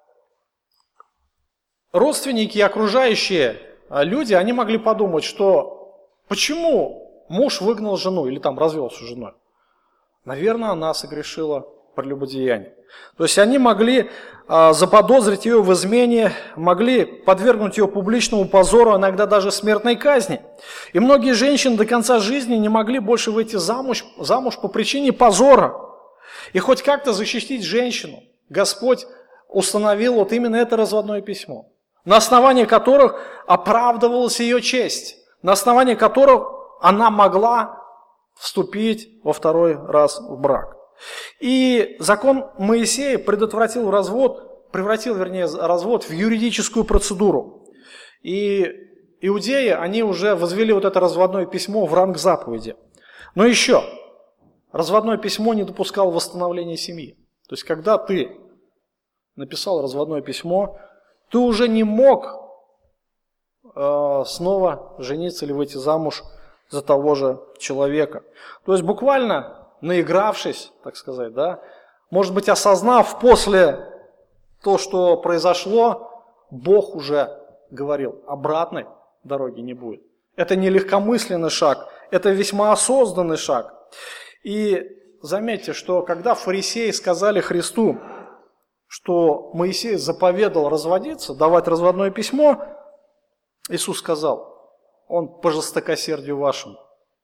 родственники и окружающие люди, они могли подумать, что почему муж выгнал жену или там развелся с женой? Наверное, она согрешила прелюбодеяние. То есть они могли а, заподозрить ее в измене, могли подвергнуть ее публичному позору, иногда даже смертной казни. И многие женщины до конца жизни не могли больше выйти замуж, замуж по причине позора. И хоть как-то защитить женщину Господь установил вот именно это разводное письмо, на основании которых оправдывалась ее честь, на основании которых она могла вступить во второй раз в брак. И закон Моисея предотвратил развод, превратил, вернее, развод в юридическую процедуру. И иудеи, они уже возвели вот это разводное письмо в ранг заповеди. Но еще, разводное письмо не допускало восстановления семьи. То есть, когда ты написал разводное письмо, ты уже не мог э, снова жениться или выйти замуж за того же человека. То есть буквально наигравшись, так сказать, да, может быть, осознав после того, что произошло, Бог уже говорил, обратной дороги не будет. Это не легкомысленный шаг, это весьма осознанный шаг. И заметьте, что когда фарисеи сказали Христу, что Моисей заповедал разводиться, давать разводное письмо, Иисус сказал, он по жестокосердию вашему.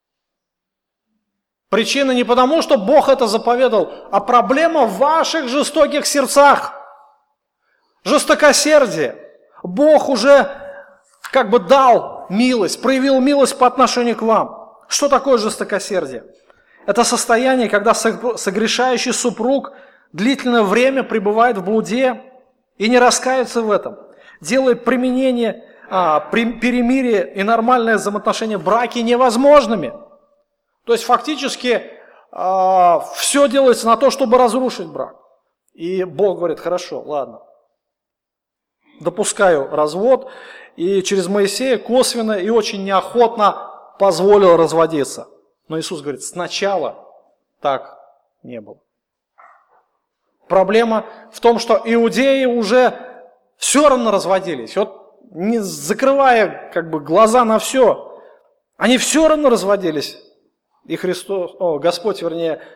Причина не потому, что Бог это заповедал, а проблема в ваших жестоких сердцах. Жестокосердие. Бог уже как бы дал милость, проявил милость по отношению к вам. Что такое жестокосердие? Это состояние, когда согрешающий супруг длительное время пребывает в блуде и не раскается в этом, делает применение, а, перемирие и нормальное взаимоотношение в браке невозможными. То есть фактически а, все делается на то, чтобы разрушить брак. И Бог говорит, хорошо, ладно, допускаю развод, и через Моисея косвенно и очень неохотно позволил разводиться. Но Иисус говорит, сначала так не было. Проблема в том, что иудеи уже все равно разводились. Вот не закрывая как бы глаза на все, они все равно разводились. И Христос, о, Господь, вернее,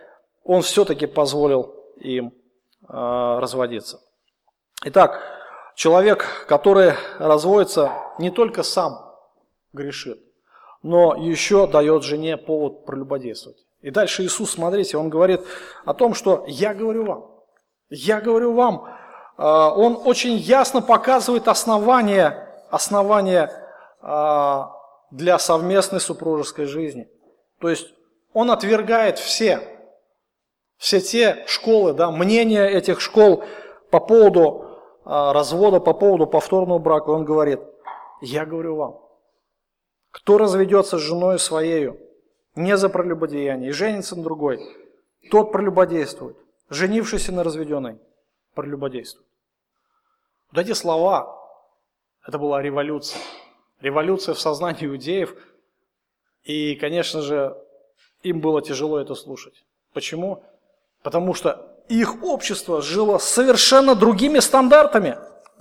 Он все-таки позволил им э, разводиться. Итак, человек, который разводится, не только сам грешит, но еще дает жене повод прелюбодействовать. И дальше Иисус, смотрите, Он говорит о том, что «я говорю вам». Я говорю вам, Он очень ясно показывает основания, основания для совместной супружеской жизни. То есть Он отвергает все, все те школы, да, мнения этих школ по поводу развода, по поводу повторного брака. Он говорит, я говорю вам, кто разведется с женой своею не за прелюбодеяние и женится на другой, тот прелюбодействует. Женившийся на разведенной прелюбодействует. Вот эти слова, это была революция. Революция в сознании иудеев. И, конечно же, им было тяжело это слушать. Почему? Потому что их общество жило совершенно другими стандартами.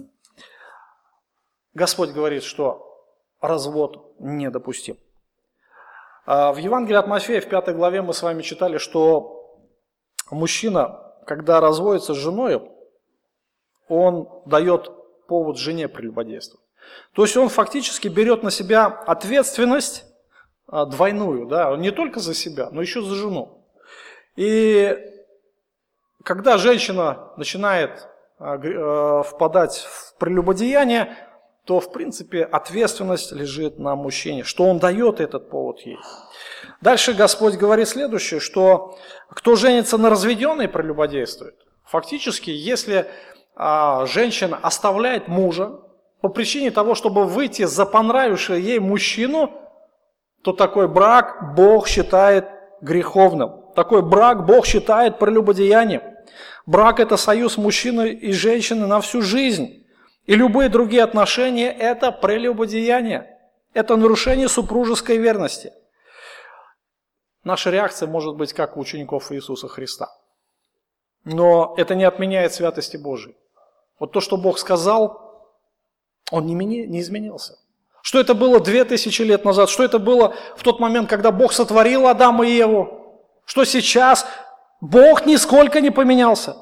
Господь говорит, что развод недопустим. В Евангелии от Матфея в пятой главе мы с вами читали, что мужчина, когда разводится с женой, он дает повод жене прелюбодействовать. То есть он фактически берет на себя ответственность двойную, да, не только за себя, но еще за жену. И когда женщина начинает впадать в прелюбодеяние, то, в принципе, ответственность лежит на мужчине, что он дает этот повод ей. Дальше Господь говорит следующее, что кто женится на разведенной, прелюбодействует. Фактически, если а, женщина оставляет мужа по причине того, чтобы выйти за понравившего ей мужчину, то такой брак Бог считает греховным. Такой брак Бог считает прелюбодеянием. Брак – это союз мужчины и женщины на всю жизнь. И любые другие отношения – это прелюбодеяние, это нарушение супружеской верности. Наша реакция может быть как у учеников Иисуса Христа. Но это не отменяет святости Божией. Вот то, что Бог сказал, Он не, мини, не изменился. Что это было две тысячи лет назад, что это было в тот момент, когда Бог сотворил Адама и Еву, что сейчас Бог нисколько не поменялся.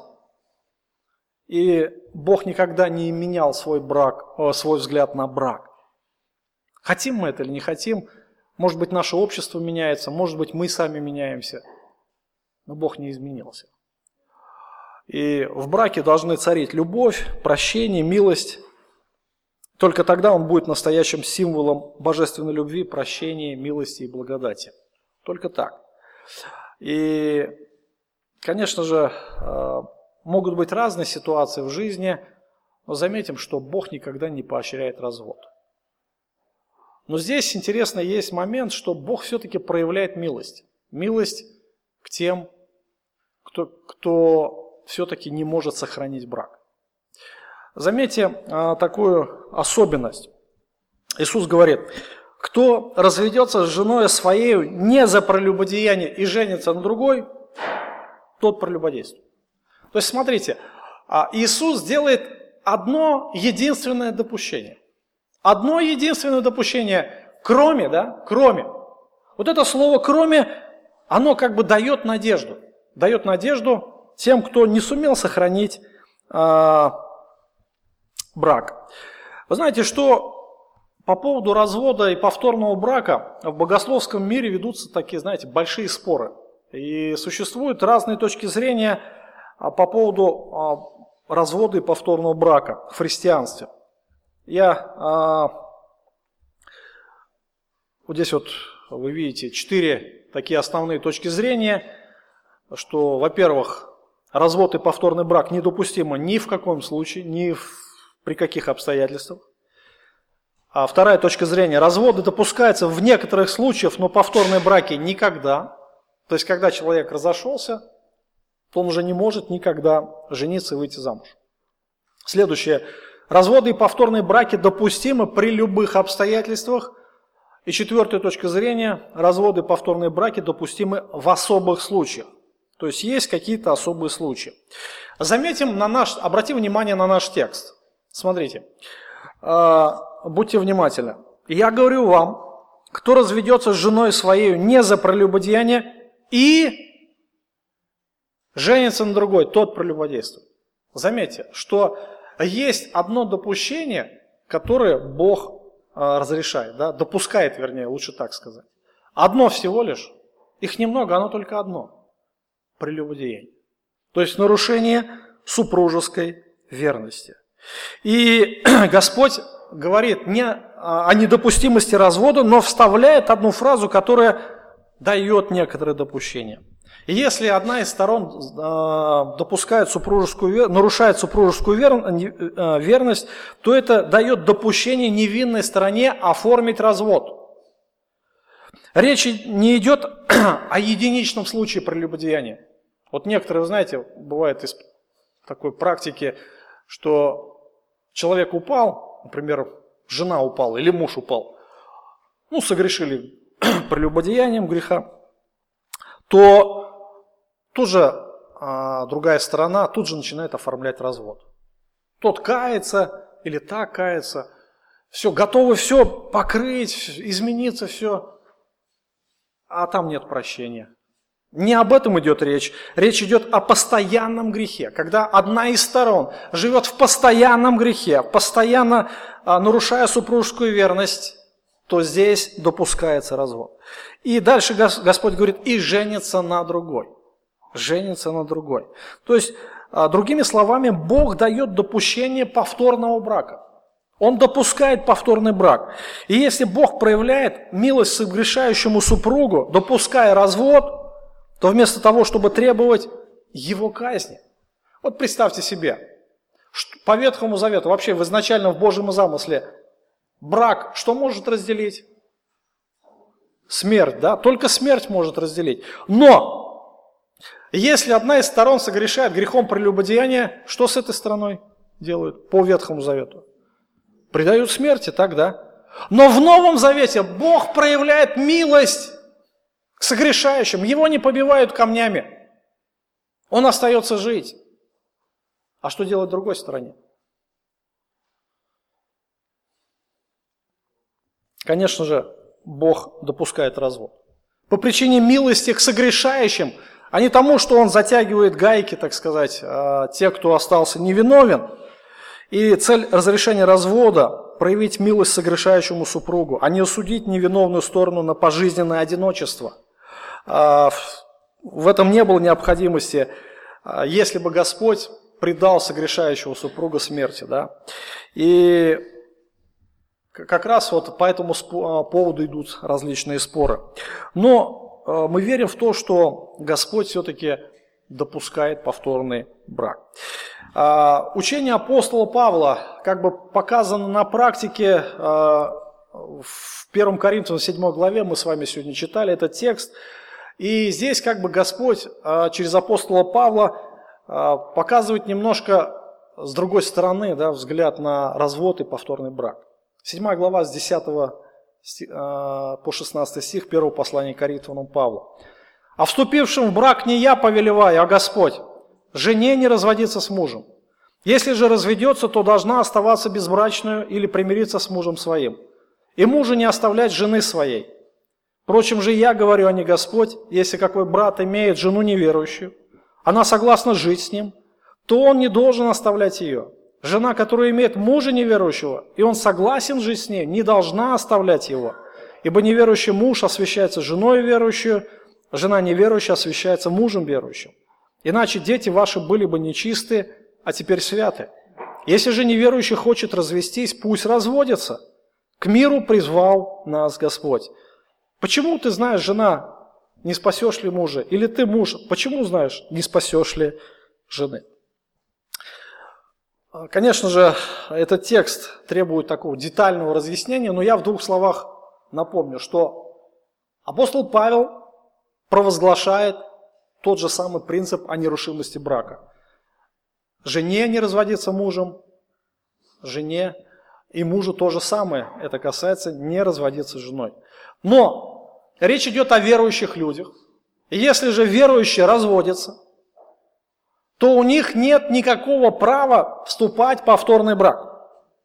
И Бог никогда не менял свой, брак, свой взгляд на брак. Хотим мы это или не хотим, может быть, наше общество меняется, может быть, мы сами меняемся, но Бог не изменился. И в браке должны царить любовь, прощение, милость. Только тогда он будет настоящим символом божественной любви, прощения, милости и благодати. Только так. И, конечно же, могут быть разные ситуации в жизни, но заметим, что Бог никогда не поощряет развод. Но здесь интересно есть момент, что Бог все-таки проявляет милость. Милость к тем, кто, кто все-таки не может сохранить брак. Заметьте а, такую особенность. Иисус говорит, кто разведется с женой своей не за прелюбодеяние и женится на другой, тот прелюбодействует. То есть, смотрите, Иисус делает одно единственное допущение. Одно единственное допущение, кроме, да, кроме. Вот это слово «кроме», оно как бы дает надежду. Дает надежду тем, кто не сумел сохранить э, брак. Вы знаете, что по поводу развода и повторного брака в богословском мире ведутся такие, знаете, большие споры. И существуют разные точки зрения по поводу развода и повторного брака в христианстве. Я вот здесь вот вы видите четыре такие основные точки зрения, что, во-первых, развод и повторный брак недопустимо ни в каком случае, ни в, при каких обстоятельствах. А вторая точка зрения, разводы допускаются в некоторых случаях, но повторные браки никогда. То есть, когда человек разошелся, то он уже не может никогда жениться и выйти замуж. Следующее. Разводы и повторные браки допустимы при любых обстоятельствах. И четвертая точка зрения. Разводы и повторные браки допустимы в особых случаях. То есть, есть какие-то особые случаи. Заметим, на наш, обратим внимание на наш текст. Смотрите. Будьте внимательны. Я говорю вам, кто разведется с женой своей не за прелюбодеяние и женится на другой, тот прелюбодействует. Заметьте, что есть одно допущение, которое Бог а, разрешает, да, допускает, вернее, лучше так сказать. Одно всего лишь, их немного, оно только одно – прелюбодеяние. То есть нарушение супружеской верности. И Господь говорит не о недопустимости развода, но вставляет одну фразу, которая дает некоторые допущения. И если одна из сторон допускает супружескую, нарушает супружескую верность, то это дает допущение невинной стороне оформить развод. Речь не идет о единичном случае прелюбодеяния. Вот некоторые, вы знаете, бывает из такой практики, что человек упал, например, жена упала или муж упал, ну, согрешили прелюбодеянием греха, то тут же а, другая сторона тут же начинает оформлять развод. Тот кается или так кается, все, готовы все покрыть, измениться все, а там нет прощения. Не об этом идет речь. Речь идет о постоянном грехе. Когда одна из сторон живет в постоянном грехе, постоянно а, нарушая супружескую верность, то здесь допускается развод. И дальше Господь говорит, и женится на другой. Женится на другой. То есть, а, другими словами, Бог дает допущение повторного брака. Он допускает повторный брак. И если Бог проявляет милость согрешающему супругу, допуская развод, то вместо того, чтобы требовать его казни. Вот представьте себе, по Ветхому Завету, вообще в изначально в Божьем замысле, брак что может разделить? Смерть, да? Только смерть может разделить. Но, если одна из сторон согрешает грехом прелюбодеяния, что с этой стороной делают по Ветхому Завету? Предают смерти, так, да? Но в Новом Завете Бог проявляет милость к согрешающим, его не побивают камнями, он остается жить. А что делать другой стороне? Конечно же, Бог допускает развод. По причине милости к согрешающим, а не тому, что он затягивает гайки, так сказать, те, кто остался невиновен. И цель разрешения развода – проявить милость согрешающему супругу, а не осудить невиновную сторону на пожизненное одиночество. В этом не было необходимости, если бы Господь предал согрешающего супруга смерти. Да? И как раз вот по этому поводу идут различные споры. Но мы верим в то, что Господь все-таки допускает повторный брак. Учение апостола Павла как бы показано на практике. В первом Коринфянам седьмой главе мы с вами сегодня читали этот текст. И здесь как бы Господь через апостола Павла показывает немножко с другой стороны, да, взгляд на развод и повторный брак. седьмая глава с десятого по шестнадцатый стих первого послания к Коринфянам Павла. «А вступившим в брак не я повелеваю, а Господь, жене не разводиться с мужем. Если же разведется, то должна оставаться безбрачную или примириться с мужем своим. И мужа не оставлять жены своей. Впрочем же я говорю, а не Господь, если какой брат имеет жену неверующую, она согласна жить с ним, то он не должен оставлять ее. Жена, которая имеет мужа неверующего, и он согласен жить с ней, не должна оставлять его. Ибо неверующий муж освящается женой верующую, жена неверующая освящается мужем верующим. Иначе дети ваши были бы нечисты, а теперь святы. Если же неверующий хочет развестись, пусть разводится. К миру призвал нас Господь. Почему ты знаешь, жена, не спасешь ли мужа? Или ты, муж, почему знаешь, не спасешь ли жены?» Конечно же, этот текст требует такого детального разъяснения, но я в двух словах напомню, что апостол Павел провозглашает тот же самый принцип о нерушимости брака. Жене не разводиться мужем, жене и мужу то же самое. Это касается не разводиться с женой. Но речь идет о верующих людях. И если же верующие разводятся, то у них нет никакого права вступать в повторный брак.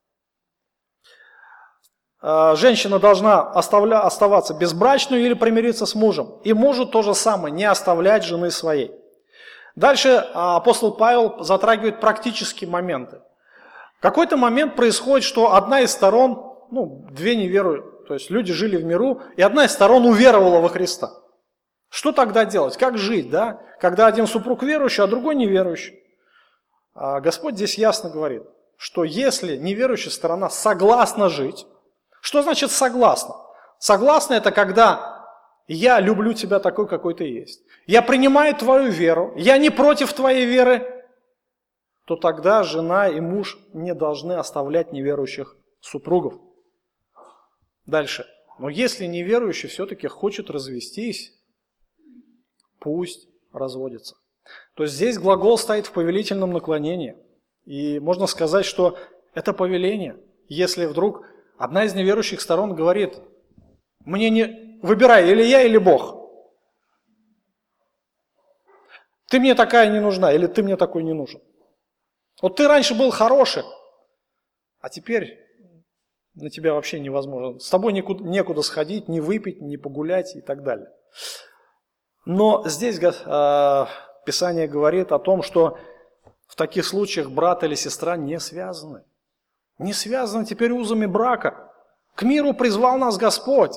Женщина должна оставля, оставаться безбрачной или примириться с мужем. И мужу то же самое, не оставлять жены своей. Дальше апостол Павел затрагивает практические моменты. В какой-то момент происходит, что одна из сторон, ну, две не веруют, то есть люди жили в миру, и одна из сторон уверовала во Христа. Что тогда делать? Как жить, да? Когда один супруг верующий, а другой неверующий. А Господь здесь ясно говорит, что если неверующая сторона согласна жить, что значит согласна? Согласна — это когда я люблю тебя такой, какой ты есть. Я принимаю твою веру, я не против твоей веры, то тогда жена и муж не должны оставлять неверующих супругов. Дальше. Но если неверующий все-таки хочет развестись, пусть разводится. То есть здесь глагол стоит в повелительном наклонении. И можно сказать, что это повеление. Если вдруг одна из неверующих сторон говорит: мне не выбирай, или я, или Бог. Ты мне такая не нужна, или ты мне такой не нужен. Вот ты раньше был хороший, а теперь на тебя вообще невозможно. С тобой некуда, некуда сходить, не выпить, не погулять и так далее. Но здесь э, Писание говорит о том, что в таких случаях брат или сестра не связаны. Не связаны теперь узами брака. К миру призвал нас Господь.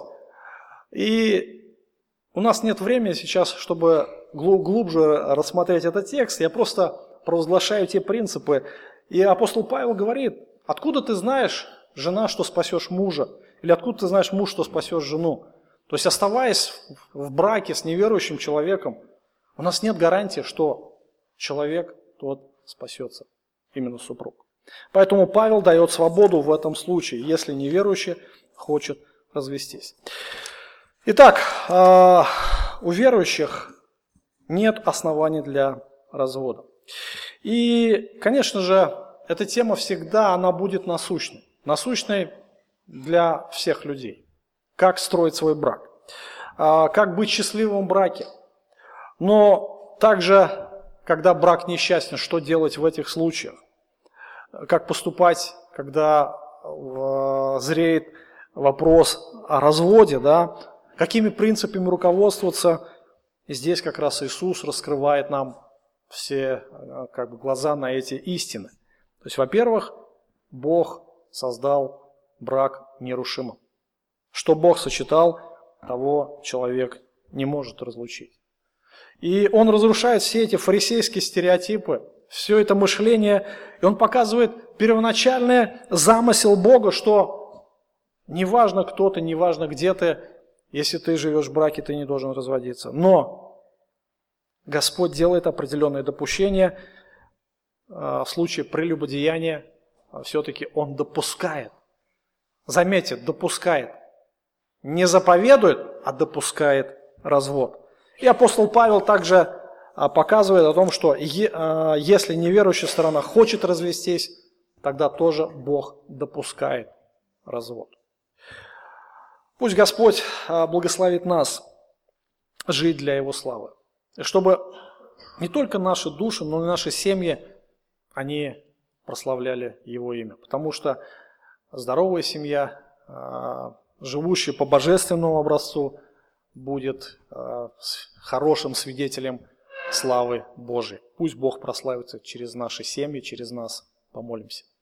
И у нас нет времени сейчас, чтобы глубже рассмотреть этот текст. Я просто провозглашаю те принципы. И апостол Павел говорит: откуда ты знаешь, жена, что спасешь мужа? Или откуда ты знаешь, муж, что спасешь жену? То есть, оставаясь в браке с неверующим человеком, у нас нет гарантии, что человек тот спасется, именно супруг. Поэтому Павел дает свободу в этом случае, если неверующий хочет развестись. Итак, у верующих нет оснований для развода. И, конечно же, эта тема всегда, она будет насущной. Насущной для всех людей. Как строить свой брак. Как быть счастливым в браке. Но также, когда брак несчастен, что делать в этих случаях? Как поступать, когда зреет вопрос о разводе, да? Какими принципами руководствоваться? И здесь как раз Иисус раскрывает нам все как бы, глаза на эти истины. То есть, во-первых, Бог создал брак нерушимым. Что Бог сочетал, того человек не может разлучить. И Он разрушает все эти фарисейские стереотипы, все это мышление, и Он показывает первоначальный замысел Бога, что неважно кто ты, неважно где ты, если ты живешь в браке, ты не должен разводиться. Но Господь делает определенные допущения. В случае прелюбодеяния все-таки Он допускает. Заметьте, допускает. Не заповедует, а допускает развод. И апостол Павел также показывает о том, что если неверующая сторона хочет развестись, тогда тоже Бог допускает развод. Пусть Господь благословит нас жить для Его славы. И чтобы не только наши души, но и наши семьи, они прославляли Его имя. Потому что здоровая семья, живущая по божественному образцу, будет хорошим свидетелем славы Божией. Пусть Бог прославится через наши семьи, через нас. Помолимся.